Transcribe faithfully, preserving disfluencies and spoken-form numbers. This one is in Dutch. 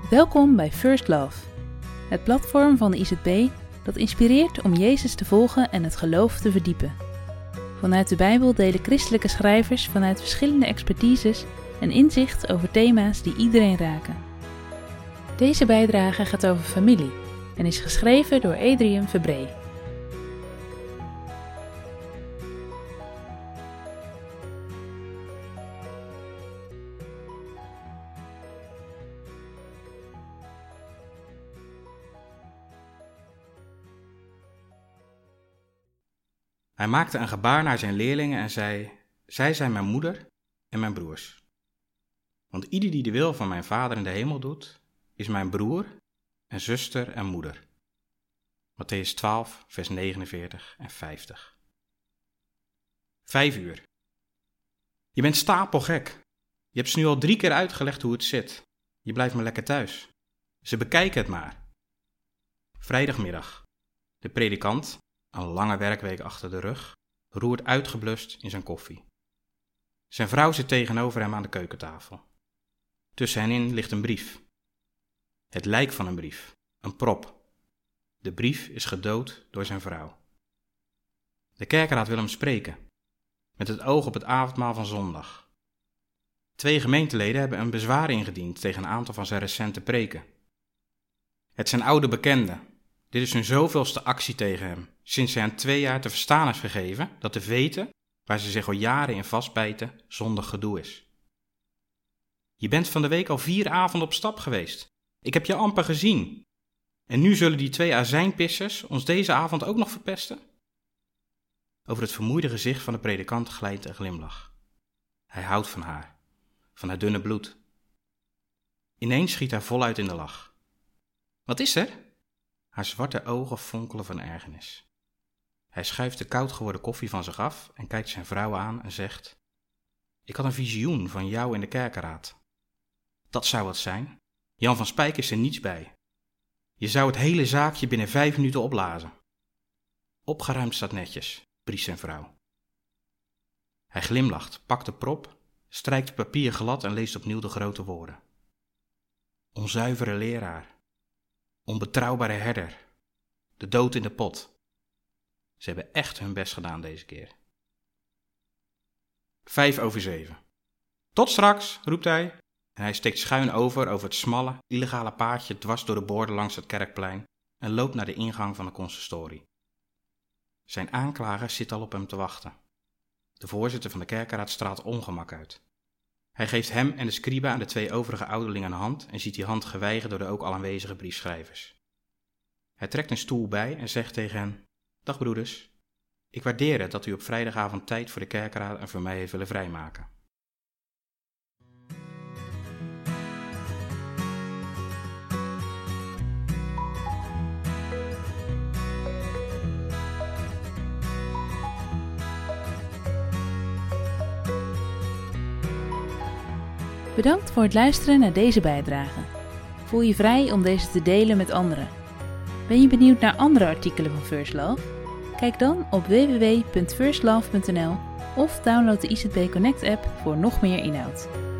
Welkom bij First Love, het platform van de I Z B dat inspireert om Jezus te volgen en het geloof te verdiepen. Vanuit de Bijbel delen christelijke schrijvers vanuit verschillende expertises een inzicht over thema's die iedereen raken. Deze bijdrage gaat over familie en is geschreven door Adrian Verbree. Hij maakte een gebaar naar zijn leerlingen en zei: zij zijn mijn moeder en mijn broers. Want ieder die de wil van mijn Vader in de hemel doet, is mijn broer en zuster en moeder. Mattheüs twaalf, vers negenenveertig en vijftig. Vijf uur. Je bent stapelgek. Je hebt ze nu al drie keer uitgelegd hoe het zit. Je blijft maar lekker thuis. Ze bekijken het maar. Vrijdagmiddag. De predikant, een lange werkweek achter de rug, roert uitgeblust in zijn koffie. Zijn vrouw zit tegenover hem aan de keukentafel. Tussen hen in ligt een brief. Het lijk van een brief, een prop. De brief is gedood door zijn vrouw. De kerkeraad wil hem spreken, met het oog op het avondmaal van zondag. Twee gemeenteleden hebben een bezwaar ingediend tegen een aantal van zijn recente preken. Het zijn oude bekenden. Dit is hun zoveelste actie tegen hem, sinds hij aan twee jaar te verstaan is gegeven dat de veten, waar ze zich al jaren in vastbijten, zondig gedoe is. Je bent van de week al vier avonden op stap geweest. Ik heb je amper gezien. En nu zullen die twee azijnpissers ons deze avond ook nog verpesten? Over het vermoeide gezicht van de predikant glijdt een glimlach. Hij houdt van haar, van haar dunne bloed. Ineens schiet hij voluit in de lach. Wat is er? Haar zwarte ogen fonkelen van ergernis. Hij schuift de koud geworden koffie van zich af en kijkt zijn vrouw aan en zegt: ik had een visioen van jou in de kerkeraad. Dat zou het zijn. Jan van Spijk is er niets bij. Je zou het hele zaakje binnen vijf minuten opblazen. Opgeruimd staat netjes, briest zijn vrouw. Hij glimlacht, pakt de prop, strijkt het papier glad en leest opnieuw de grote woorden. Onzuivere leraar. Onbetrouwbare herder. De dood in de pot. Ze hebben echt hun best gedaan deze keer. Vijf over zeven. Tot straks, roept hij. En hij steekt schuin over over het smalle, illegale paadje dwars door de borden langs het kerkplein en loopt naar de ingang van de consistorie. Zijn aanklager zit al op hem te wachten. De voorzitter van de kerkeraad straalt ongemak uit. Hij geeft hem en de scriba aan de twee overige ouderlingen een hand en ziet die hand geweigerd door de ook al aanwezige briefschrijvers. Hij trekt een stoel bij en zegt tegen hen: dag broeders, ik waardeer het dat u op vrijdagavond tijd voor de kerkeraad en voor mij heeft willen vrijmaken. Bedankt voor het luisteren naar deze bijdrage. Voel je vrij om deze te delen met anderen. Ben je benieuwd naar andere artikelen van First Love? Kijk dan op w w w punt first love punt n l of download de I Z B Connect app voor nog meer inhoud.